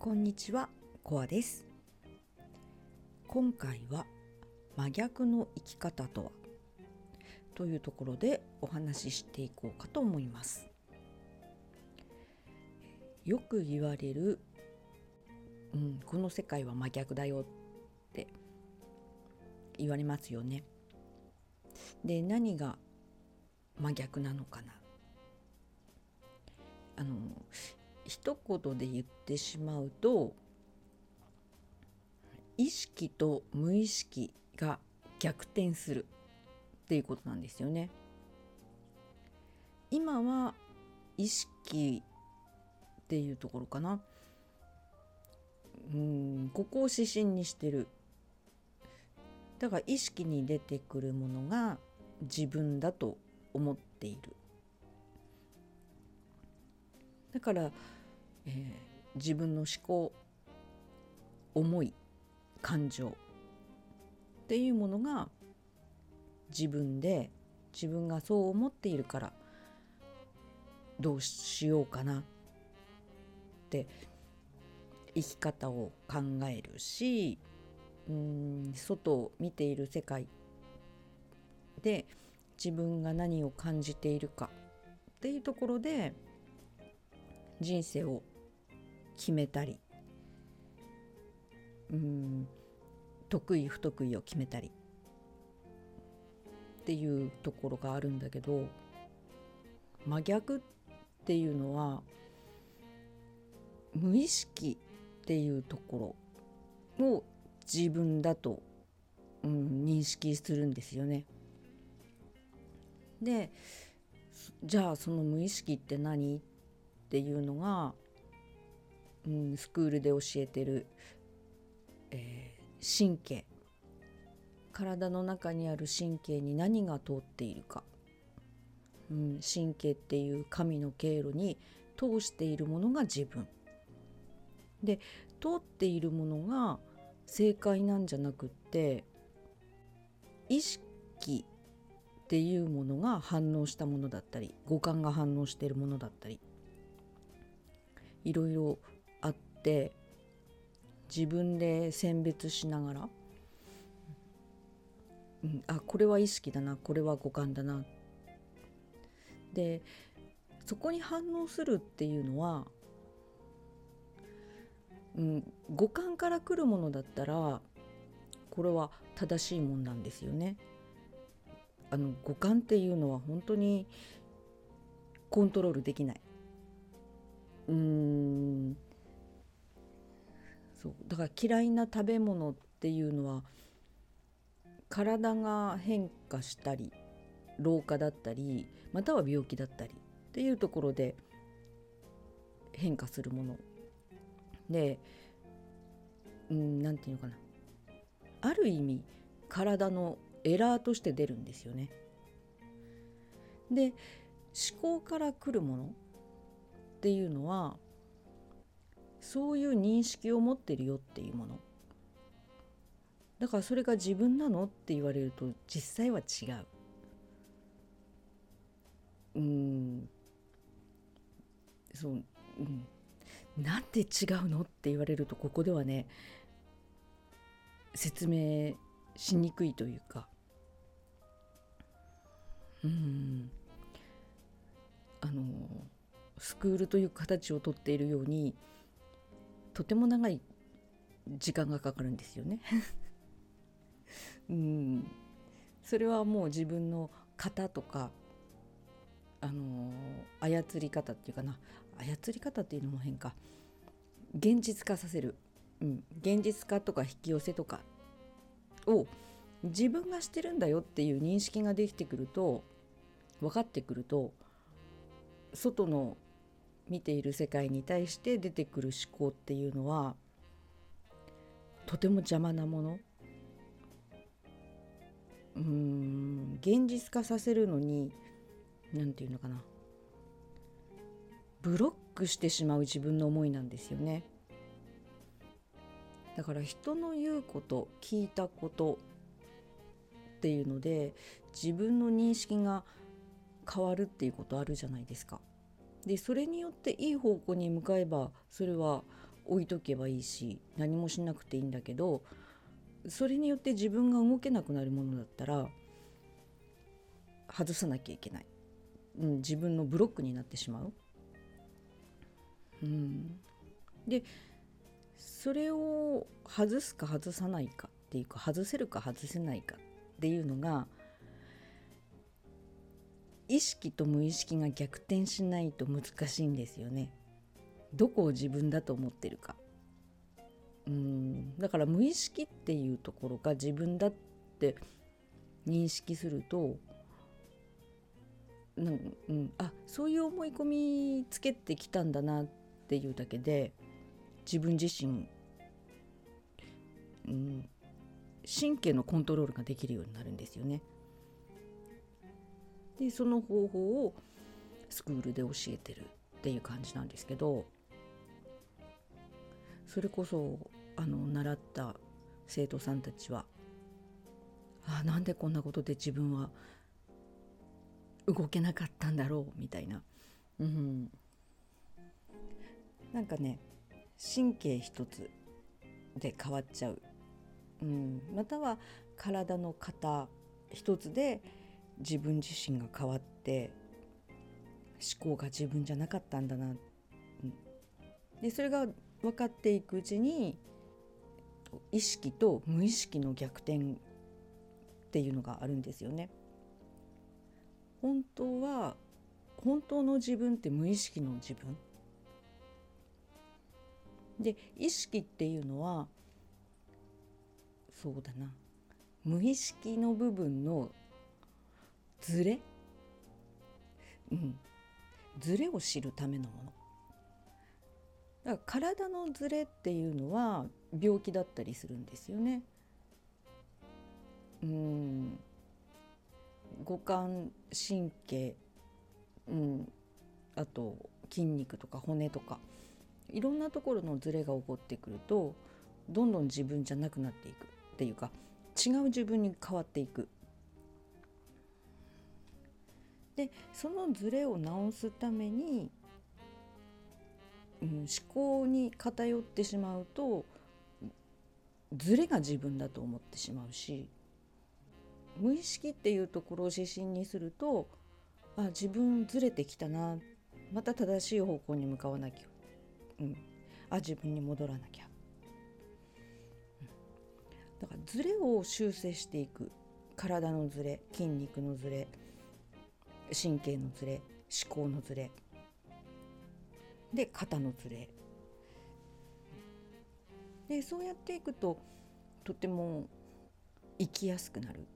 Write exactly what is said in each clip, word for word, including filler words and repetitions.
こんにちは、コアです。今回は真逆の生き方とはというところでお話ししていこうかと思います。よく言われる、うん、この世界は真逆だよって言われますよね。で、何が真逆なのかな。あの一言で言ってしまうと、意識と無意識が逆転するっていうことなんですよね。今は意識っていうところかな。うん、ここを指針にしてる。だから意識に出てくるものが自分だと思っている。だから、えー、自分の思考、思い、感情っていうものが自分で、自分がそう思っているからどうしようかなって生き方を考えるし、うーん外を見ている世界で自分が何を感じているかっていうところで人生を決めたり、うーん得意不得意を決めたりっていうところがあるんだけど、真逆っていうのは無意識っていうところを自分だと、うん、認識するんですよね。で、じゃあその無意識って何っていうのが、うん、スクールで教えてる、えー、神経、体の中にある神経に何が通っているか、うん、神経っていう神の経路に通しているものが自分で、通っているものが正解なんじゃなくって、意識っていうものが反応したものだったり、五感が反応しているものだったり、いろいろあって、自分で選別しながら、うん、あ、これは意識だな、これは五感だな。で、そこに反応するっていうのは、うん、五感から来るものだったらこれは正しいもんなんですよね。あの五感っていうのは本当にコントロールできない。うーんそうだから、嫌いな食べ物っていうのは体が変化したり老化だったり、または病気だったりっていうところで変化するもので、うん、なんていうのかな、ある意味体のエラーとして出るんですよね。で、思考から来るものっていうのはそういう認識を持ってるよっていうものだから、それが自分なのって言われると実際は違う。うーんそう、うん、なんで違うのって言われると、ここではね説明しにくいというか、うーんあのスクールという形をとっているようにとても長い時間がかかるんですよね。うんそれはもう自分の型とか、あの操り方っていうかな、操り方っていうのも変か、現実化させる、うん、現実化とか引き寄せとかを自分がしてるんだよっていう認識ができてくると、分かってくると、外の見ている世界に対して出てくる思考っていうのはとても邪魔なもの、うーん現実化させるのに、なんていうのかな、ブロックしてしまう自分の思いなんですよね。だから人の言うこと、聞いたことっていうので自分の認識が変わるっていうことあるじゃないですか。で、それによっていい方向に向かえばそれは置いとけばいいし何もしなくていいんだけど、それによって自分が動けなくなるものだったら外さなきゃいけない、うん、自分のブロックになってしまう、うん、でそれを外すか外さないかっていうか、外せるか外せないかっていうのが意識と無意識が逆転しないと難しいんですよね。どこを自分だと思ってるか。うんだから無意識っていうところが自分だって認識すると、なん、うん、あそういう思い込みつけてきたんだなっていうだけで自分自身、うん、神経のコントロールができるようになるんですよね。でその方法をスクールで教えてるっていう感じなんですけど、それこそあの習った生徒さんたちは、あなんでこんなことで自分は動けなかったんだろうみたいな、うん、なんかね神経一つで変わっちゃう、うん、または体の型一つで自分自身が変わって思考が自分じゃなかったんだな、うん、でそれが分かっていくうちに意識と無意識の逆転っていうのがあるんですよね。本当は本当の自分って無意識の自分で、意識っていうのはそうだな、無意識の部分のズレ、うん、ズレを知るためのものだから、体のズレっていうのは病気だったりするんですよね。うん五感神経、うん、あと筋肉とか骨とかいろんなところのズレが起こってくると、どんどん自分じゃなくなっていくっていうか、違う自分に変わっていく。でそのズレを直すために、うん、思考に偏ってしまうとズレが自分だと思ってしまうし、無意識っていうところを指針にすると、あ自分ずれてきたな、また正しい方向に向かわなきゃ、うん、あ自分に戻らなきゃ、うん、だからズレを修正していく。体のズレ、筋肉のズレ、神経のズレ、思考のズレで肩のズレで、そうやっていくととても生きやすくなる。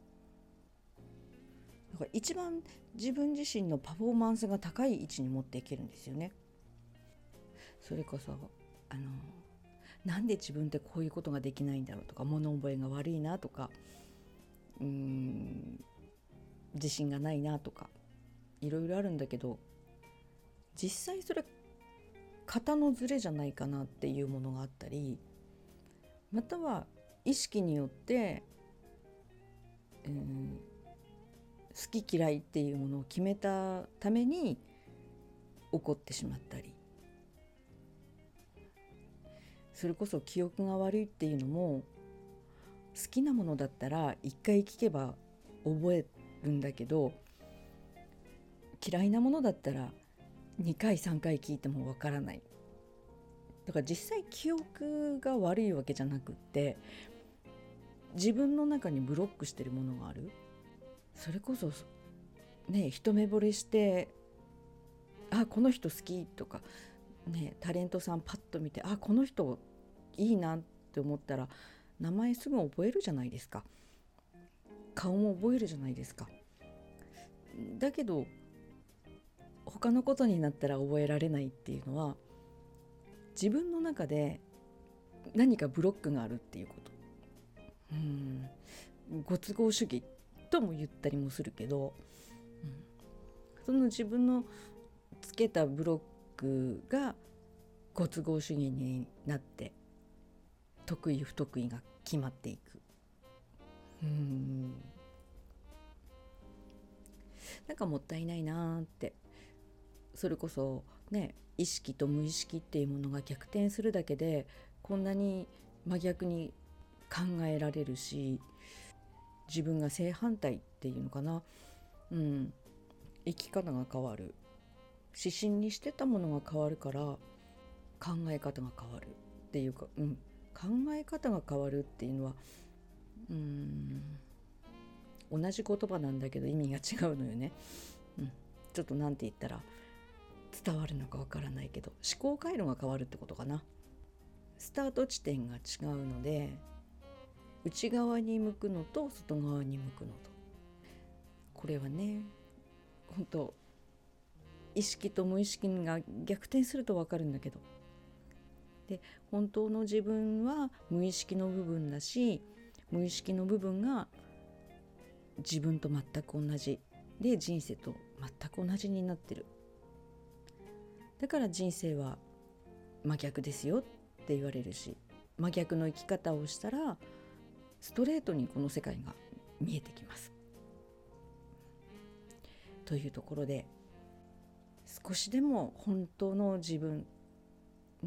だから一番自分自身のパフォーマンスが高い位置に持っていけるんですよね。それこそあのなんで自分ってこういうことができないんだろうとか、物覚えが悪いなとか、うーん自信がないなとかいろいろあるんだけど、実際それ型のズレじゃないかなっていうものがあったり、または意識によって、うん好き嫌いっていうものを決めたために怒ってしまったり、それこそ記憶が悪いっていうのも、好きなものだったら一回聞けば覚えるんだけど、嫌いなものだったらにかいさんかい聞いてもわからない。だから実際記憶が悪いわけじゃなくって、自分の中にブロックしてるものがある。それこそね、一目惚れしてあこの人好きとかね、タレントさんパッと見てあこの人いいなって思ったら名前すぐ覚えるじゃないですか、顔も覚えるじゃないですか。だけど他のことになったら覚えられないっていうのは、自分の中で何かブロックがあるっていうこと。うんご都合主義とも言ったりもするけど、うん、その自分のつけたブロックがご都合主義になって得意不得意が決まっていく。うんなんかもったいないなって。それこそね、 意識と無意識っていうものが逆転するだけでこんなに真逆に考えられるし、自分が正反対っていうのかな、うん、生き方が変わる、指針にしてたものが変わるから考え方が変わるっていうか、うん、考え方が変わるっていうのはうーん同じ言葉なんだけど意味が違うのよね、うん、ちょっとなんて言ったら伝わるのかわからないけど、思考回路が変わるってことかな。スタート地点が違うので、内側に向くのと外側に向くのと、これはね本当意識と無意識が逆転すると分かるんだけど、で本当の自分は無意識の部分だし、無意識の部分が自分と全く同じで人生と全く同じになってる。だから人生は真逆ですよって言われるし、真逆の生き方をしたらストレートにこの世界が見えてきます。というところで、少しでも本当の自分、うん、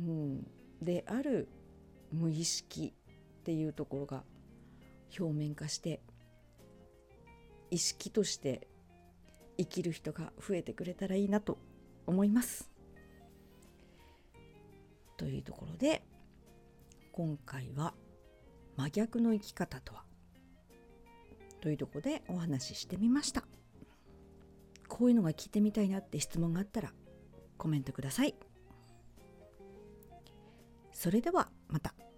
である無意識っていうところが表面化して意識として生きる人が増えてくれたらいいなと思います。というところで今回は真逆の生き方とはというところでお話ししてみました。こういうのが聞いてみたいなって質問があったらコメントください。それではまた。